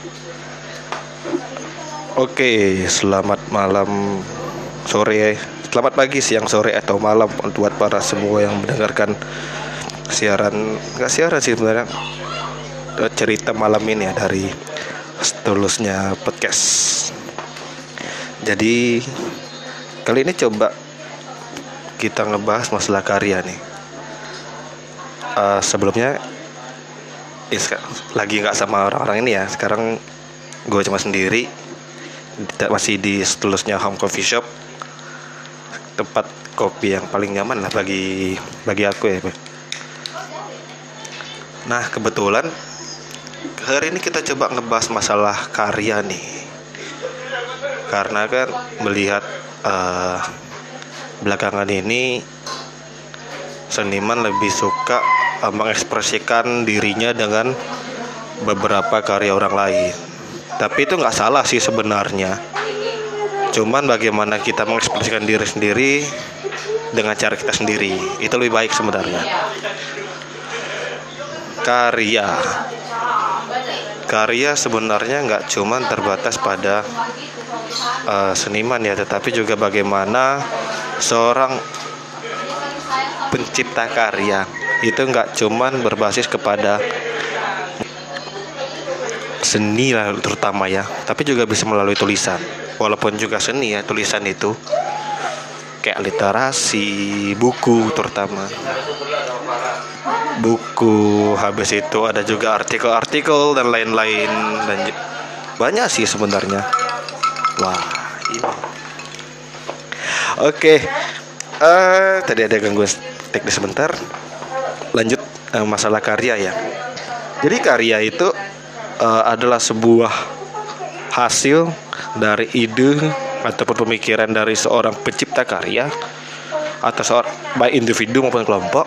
Oke, selamat malam, sore, selamat pagi, siang, sore, atau malam buat para semua yang mendengarkan siaran, nggak siaran sih sebenarnya, cerita malam ini ya dari setulusnya podcast. Jadi kali ini coba kita ngebahas masalah karya nih. Sebelumnya lagi nggak sama orang-orang ini ya. Sekarang gue cuma sendiri, masih di setulusnya Home Coffee Shop, tempat kopi yang paling nyaman lah bagi aku ya. Nah, kebetulan hari ini kita coba ngebahas masalah karya nih, karena kan melihat belakangan ini seniman lebih suka mengekspresikan dirinya dengan beberapa karya orang lain. Tapi itu nggak salah sih sebenarnya. Cuman bagaimana kita mengekspresikan diri sendiri dengan cara kita sendiri, itu lebih baik sebenarnya. Karya sebenarnya nggak cuman terbatas pada seniman ya, tetapi juga bagaimana seorang pencipta karya itu nggak cuman berbasis kepada seni lah terutama ya, tapi juga bisa melalui tulisan. Walaupun juga seni ya, tulisan itu kayak literasi, buku terutama buku, habis itu ada juga artikel-artikel dan lain-lain, dan banyak sih sebenarnya. Wah, ini oke. Tadi ada gangguan teknis sebentar. Lanjut masalah karya ya. Jadi karya itu adalah sebuah hasil dari ide ataupun pemikiran dari seorang pencipta karya atau seorang baik individu maupun kelompok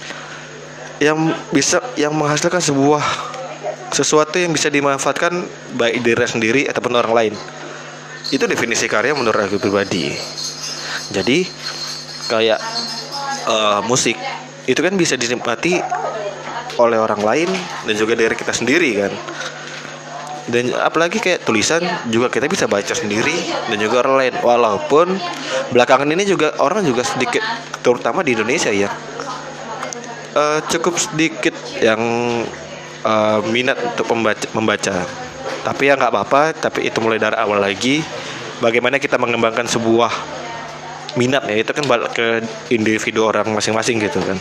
yang menghasilkan sesuatu yang bisa dimanfaatkan baik diri sendiri ataupun orang lain. Itu definisi karya menurut aku pribadi. Jadi kayak musik itu kan bisa dinikmati oleh orang lain dan juga dari kita sendiri kan. Dan apalagi kayak tulisan juga kita bisa baca sendiri dan juga orang lain. Walaupun belakangan ini juga orang juga sedikit, terutama di Indonesia ya, cukup sedikit yang minat untuk membaca. Tapi ya nggak apa-apa. Tapi itu mulai dari awal lagi. Bagaimana kita mengembangkan sebuah minat ya, itu kan balik ke individu orang masing-masing gitu kan.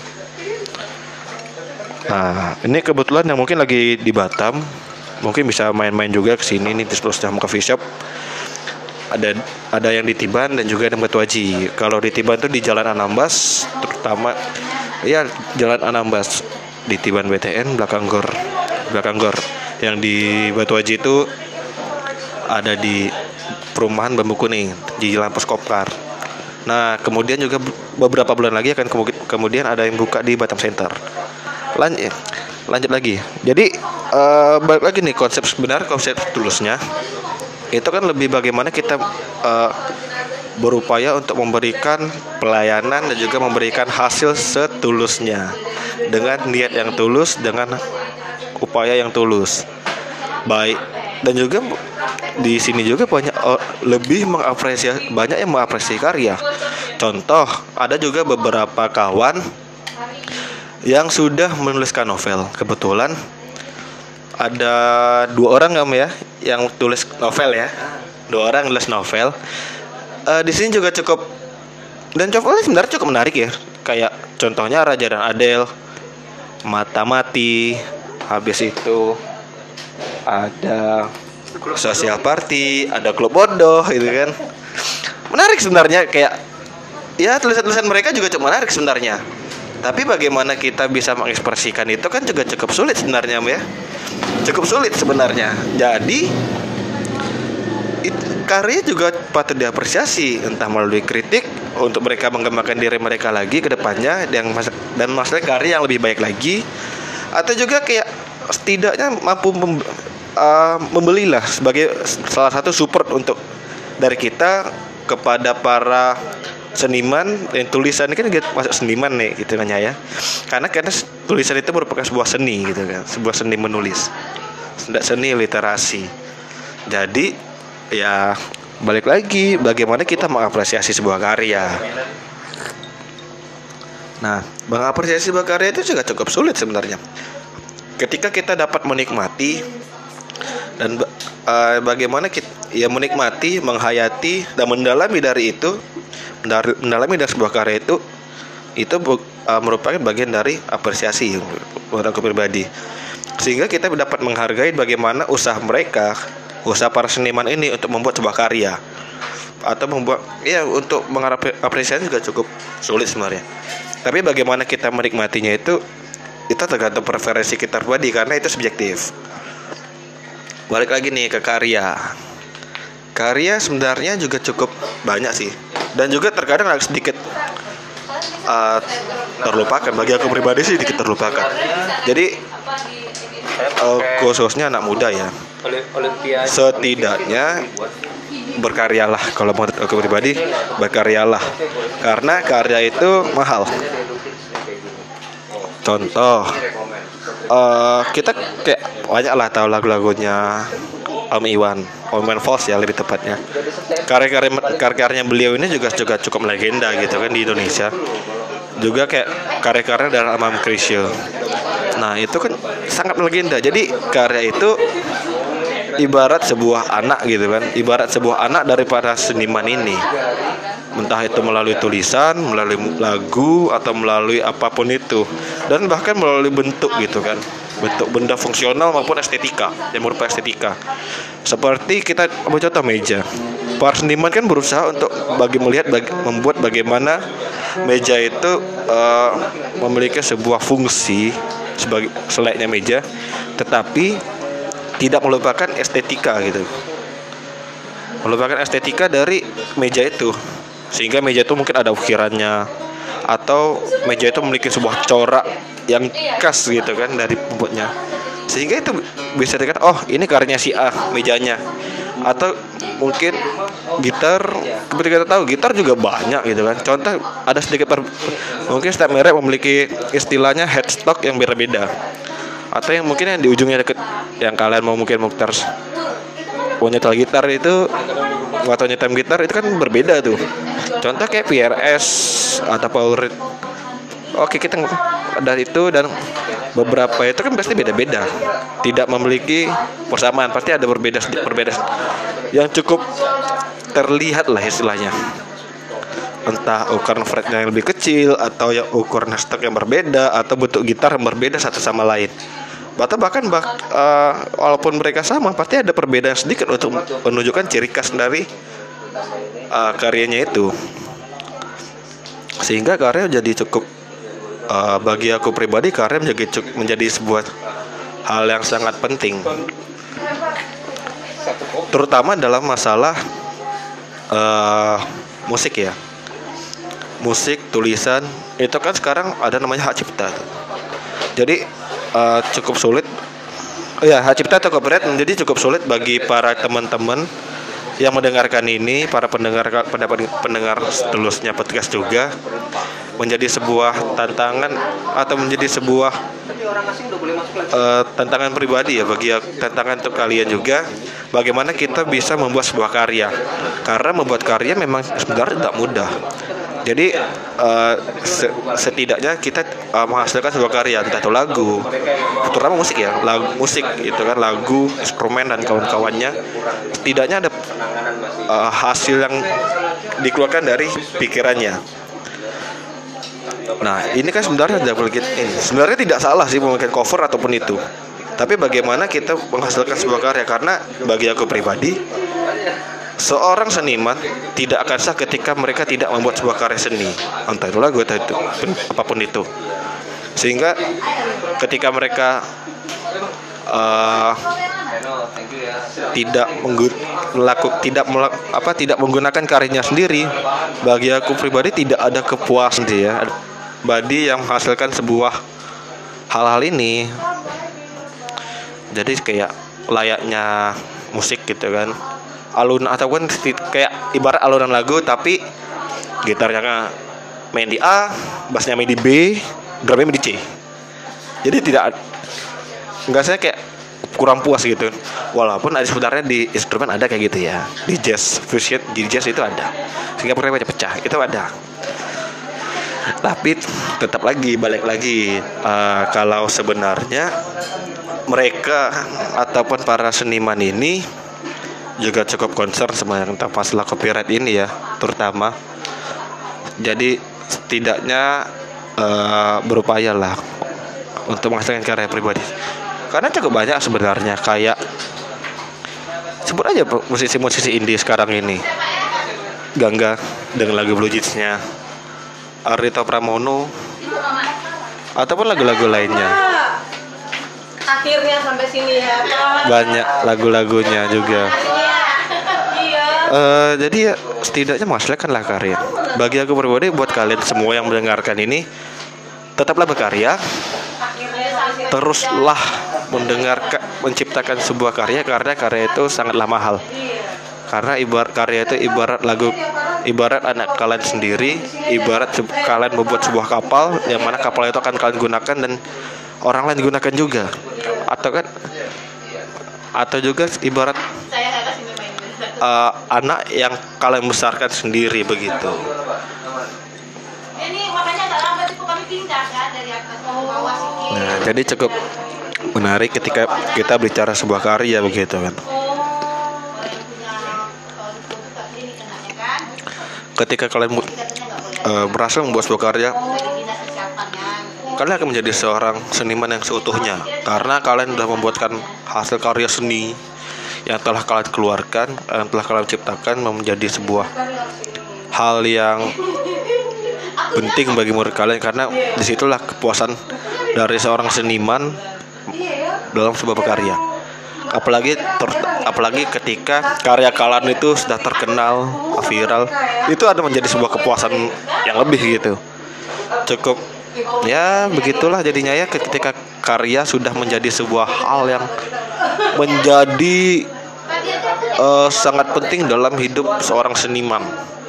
Nah, ini kebetulan yang mungkin lagi di Batam, mungkin bisa main-main juga ke sini nih di seluruh Coffee Shop. Ada yang di Tiban dan juga ada yang Batu Haji. Kalau di Tiban tuh di Jalan Anambas, terutama ya Jalan Anambas di Tiban BTN belakang gor. Yang di Batu Haji itu ada di perumahan Bambu Kuning di Jalan Poskopkar. Nah, kemudian juga beberapa bulan lagi akan kemudian ada yang buka di Batam Center. Lanjut lagi. Jadi balik lagi nih, konsep tulusnya itu kan lebih bagaimana kita berupaya untuk memberikan pelayanan dan juga memberikan hasil setulusnya dengan niat yang tulus, dengan upaya yang tulus. Baik, dan juga di sini juga banyak yang mengapresiasi karya. Contoh, ada juga beberapa kawan yang sudah menuliskan novel. Kebetulan ada 2 orang ya yang tulis novel ya. 2 orang nulis novel. Di sini juga cukup, dan novelnya sebenarnya cukup menarik ya. Kayak contohnya Raja dan Adele, Mata Mati, habis itu ada Social Party, ada Klub Bodoh gitu kan. Menarik sebenarnya, kayak ya tulisan-tulisan mereka juga cukup menarik sebenarnya. Tapi bagaimana kita bisa mengekspresikan itu kan juga cukup sulit sebenarnya ya. Cukup sulit sebenarnya. Jadi karya juga patut diapresiasi, entah melalui kritik untuk mereka mengembangkan diri mereka lagi ke depannya, dan masalah karya yang lebih baik lagi, atau juga kayak setidaknya mampu membelilah sebagai salah satu support untuk dari kita kepada para seniman. Dan tulisan ini kan masuk seniman nih gitu kan ya, karena tulisan itu merupakan sebuah seni gitu kan, sebuah seni menulis. seni literasi. Jadi ya balik lagi bagaimana kita mengapresiasi sebuah karya. Nah, mengapresiasi sebuah karya itu juga cukup sulit sebenarnya. Ketika kita dapat menikmati dan bagaimana kita menikmati, menghayati dan mendalami dari itu, mendalami dari sebuah karya itu merupakan bagian dari apresiasi menurut aku pribadi. Sehingga kita dapat menghargai bagaimana usaha para seniman ini untuk membuat sebuah karya atau untuk mengapresiasi juga cukup sulit sebenarnya. Tapi bagaimana kita menikmatinya itu tergantung preferensi kita pribadi karena itu subjektif. Balik lagi nih ke karya. Karya sebenarnya juga cukup banyak sih, dan juga terkadang agak sedikit terlupakan. Bagi aku pribadi sih sedikit terlupakan. Jadi khususnya anak muda ya, setidaknya berkaryalah. Kalau menurut aku pribadi, berkaryalah, karena karya itu mahal. Contoh, kita kayak banyak lah tahu lagu-lagunya Om Iwan Fals ya lebih tepatnya. Karya-karyanya beliau ini juga cukup legenda gitu kan di Indonesia. Juga kayak karya-karya dari Amam Krisya. Nah itu kan sangat legenda. Jadi karya itu ibarat sebuah anak gitu kan, ibarat sebuah anak daripada seniman ini. Entah itu melalui tulisan, melalui lagu, atau melalui apapun itu, dan bahkan melalui bentuk gitu kan, bentuk benda fungsional maupun estetika yang merupakan estetika. Seperti kita ambil contoh meja. Para seniman kan berusaha untuk membuat bagaimana meja itu memiliki sebuah fungsi sebagai selayaknya meja, tetapi tidak melupakan estetika gitu, melupakan estetika dari meja itu. Sehingga meja itu mungkin ada ukirannya, atau meja itu memiliki sebuah corak yang khas gitu kan dari pembuatnya. Sehingga itu bisa dikatakan, oh ini karyanya si A mejanya. Atau mungkin gitar, seperti kita tahu gitar juga banyak gitu kan. Contoh ada sedikit mungkin setiap merek memiliki istilahnya headstock yang berbeda. Atau yang mungkin yang di ujungnya deket, yang kalian mau nyetel gitar itu atau nyetem gitar itu kan berbeda tuh. Contoh kayak PRS atau Paul Reed. Oke, kita dari itu, dan beberapa itu kan pasti beda-beda, tidak memiliki persamaan, pasti ada berbeda yang cukup terlihat lah istilahnya. Entah ukuran fretnya yang lebih kecil, atau yang ukuran stok yang berbeda, atau bentuk gitar yang berbeda satu sama lain. Bahkan walaupun mereka sama, pasti ada perbedaan sedikit untuk menunjukkan ciri khas dari karyanya itu. Sehingga karya jadi cukup bagi aku pribadi, karya menjadi sebuah hal yang sangat penting, terutama dalam masalah musik ya. Musik, tulisan itu kan sekarang ada namanya hak cipta. Jadi cukup sulit ya, hak cipta atau copyright menjadi cukup sulit bagi para teman-teman yang mendengarkan ini, para pendengar seterusnya podcast juga, menjadi sebuah tantangan atau menjadi sebuah tantangan pribadi ya, tantangan untuk kalian juga, bagaimana kita bisa membuat sebuah karya. Karena membuat karya memang sebenarnya tidak mudah. Jadi setidaknya kita menghasilkan sebuah karya, entah itu lagu, terutama musik ya, musik itu kan, lagu, instrumen dan kawan-kawannya, setidaknya ada hasil yang dikeluarkan dari pikirannya. Nah ini kan sebenarnya sebenarnya tidak salah sih memakai cover ataupun itu, tapi bagaimana kita menghasilkan sebuah karya. Karena bagi aku pribadi, seorang seniman tidak akan sah ketika mereka tidak membuat sebuah karya seni, entah itu lagu, entah itu apapun itu. Sehingga ketika mereka tidak menggunakan karyanya sendiri, bagi aku pribadi tidak ada kepuasan sih ya. Badi yang menghasilkan sebuah hal-hal ini, jadi kayak layaknya musik gitu kan, ataupun kayak ibarat alunan lagu, tapi gitarnya main di A, bassnya main di B, drumnya main di C. Jadi enggak saya kayak kurang puas gitu. Walaupun ada sebenarnya di instrumen ada kayak gitu ya, di jazz fusion, di jazz itu ada, sehingga mereka pecah itu ada. Tapi tetap lagi balik lagi, kalau sebenarnya mereka ataupun para seniman ini juga cukup concern sama yang tentang masalah copyright ini ya, terutama. Jadi setidaknya berupaya lah untuk menghasilkan karya pribadi, karena cukup banyak sebenarnya, kayak sebut aja musisi-musisi indie sekarang ini, Gangga dengan lagu Blue Jeans-nya, Ardhito Pramono, ataupun lagu-lagu lainnya. Akhirnya sampai sini ya. Banyak lagu-lagunya juga. Jadi ya setidaknya menghasilkanlah karya. Bagi aku pribadi, buat kalian semua yang mendengarkan ini, tetaplah berkarya. Teruslah menciptakan sebuah karya, karena karya itu sangatlah mahal. Karena karya itu ibarat anak kalian sendiri, ibarat kalian membuat sebuah kapal, yang mana kapal itu akan kalian gunakan dan orang lain gunakan juga. Atau juga ibarat anak yang kalian besarkan sendiri begitu. Nah, jadi cukup menarik ketika kita bicara sebuah karya begitu kan. Ketika kalian berhasil membuat sebuah karya, kalian akan menjadi seorang seniman yang seutuhnya, karena kalian sudah membuatkan hasil karya seni yang telah kalian keluarkan, yang telah kalian ciptakan, menjadi sebuah hal yang penting bagi murid kalian, karena disitulah kepuasan dari seorang seniman dalam sebuah karya. Apalagi ketika karya kalian itu sudah terkenal, viral, itu ada menjadi sebuah kepuasan yang lebih gitu. Cukup ya begitulah jadinya ya, ketika karya sudah menjadi sebuah hal yang menjadi sangat penting dalam hidup seorang seniman.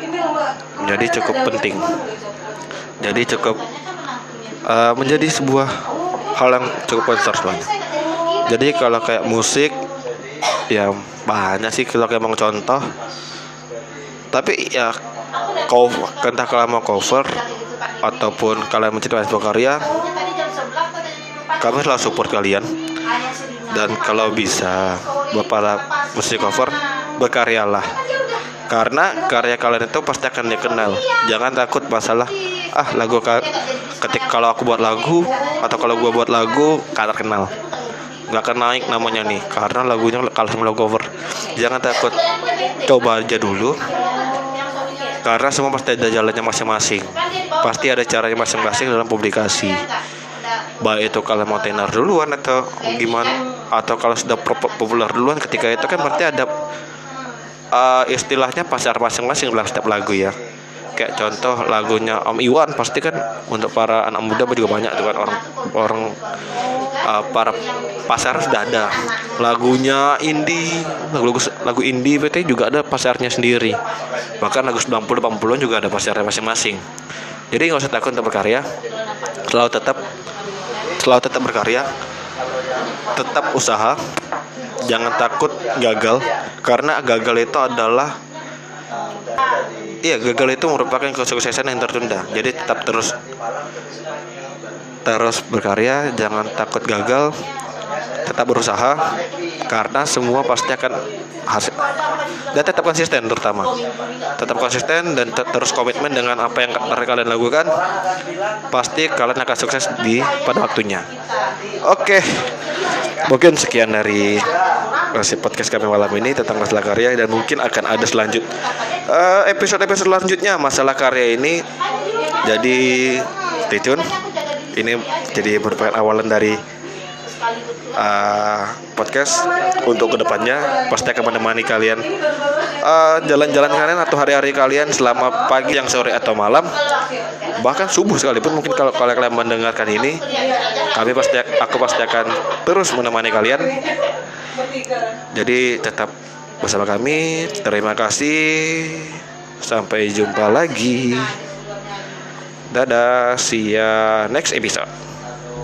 Jadi cukup penting. Jadi cukup menjadi sebuah hal yang cukup besar sebenarnya. Jadi kalau kayak musik ya banyak sih kalau kayak mau contoh. Tapi ya entah kalian mau cover ataupun kalian menciptakan sebuah karya, kami selalu support kalian. Dan kalau bisa buat para musik cover, berkaryalah, karena karya kalian itu pasti akan dikenal. Jangan takut masalah ketika kalau aku buat lagu atau kalau gua buat lagu gak terkenal, gak akan naik namanya nih karena lagunya kalah sama lagu cover. Jangan takut, coba aja dulu, karena semua pasti ada jalannya masing-masing, pasti ada caranya masing-masing dalam publikasi. Baik itu kalian mau tenar duluan atau gimana, atau kalau sudah populer duluan, ketika itu kan berarti ada istilahnya pasar masing-masing dalam setiap lagu ya. Kayak contoh lagunya Om Iwan, pasti kan untuk para anak muda juga banyak tuh kan, orang para pasar sudah ada. Lagunya indie, lagu indie PT juga ada pasarnya sendiri. Bahkan lagu 90-80an juga ada pasarnya masing-masing. Jadi nggak usah takut untuk berkarya, selalu tetap berkarya, tetap usaha, jangan takut gagal, karena gagal itu adalah gagal itu merupakan kesuksesan yang tertunda. Jadi tetap terus berkarya, jangan takut gagal, tetap berusaha, karena semua pasti akan hasil. Dan tetap konsisten, terutama tetap konsisten dan terus komitmen dengan apa yang kalian lakukan, pasti kalian akan sukses pada waktunya. Oke, mungkin sekian dari podcast kami malam ini tentang masalah karya, dan mungkin akan ada episode selanjutnya masalah karya ini. Jadi stay tune. Ini jadi merupakan awalan dari podcast untuk kedepannya. Pasti akan menemani kalian jalan-jalan kalian atau hari-hari kalian selama pagi, siang, sore atau malam, bahkan subuh sekalipun. Mungkin kalau kalian mendengarkan ini, aku pasti akan terus menemani kalian. Jadi tetap bersama kami. Terima kasih. Sampai jumpa lagi. Dadah. See ya next episode.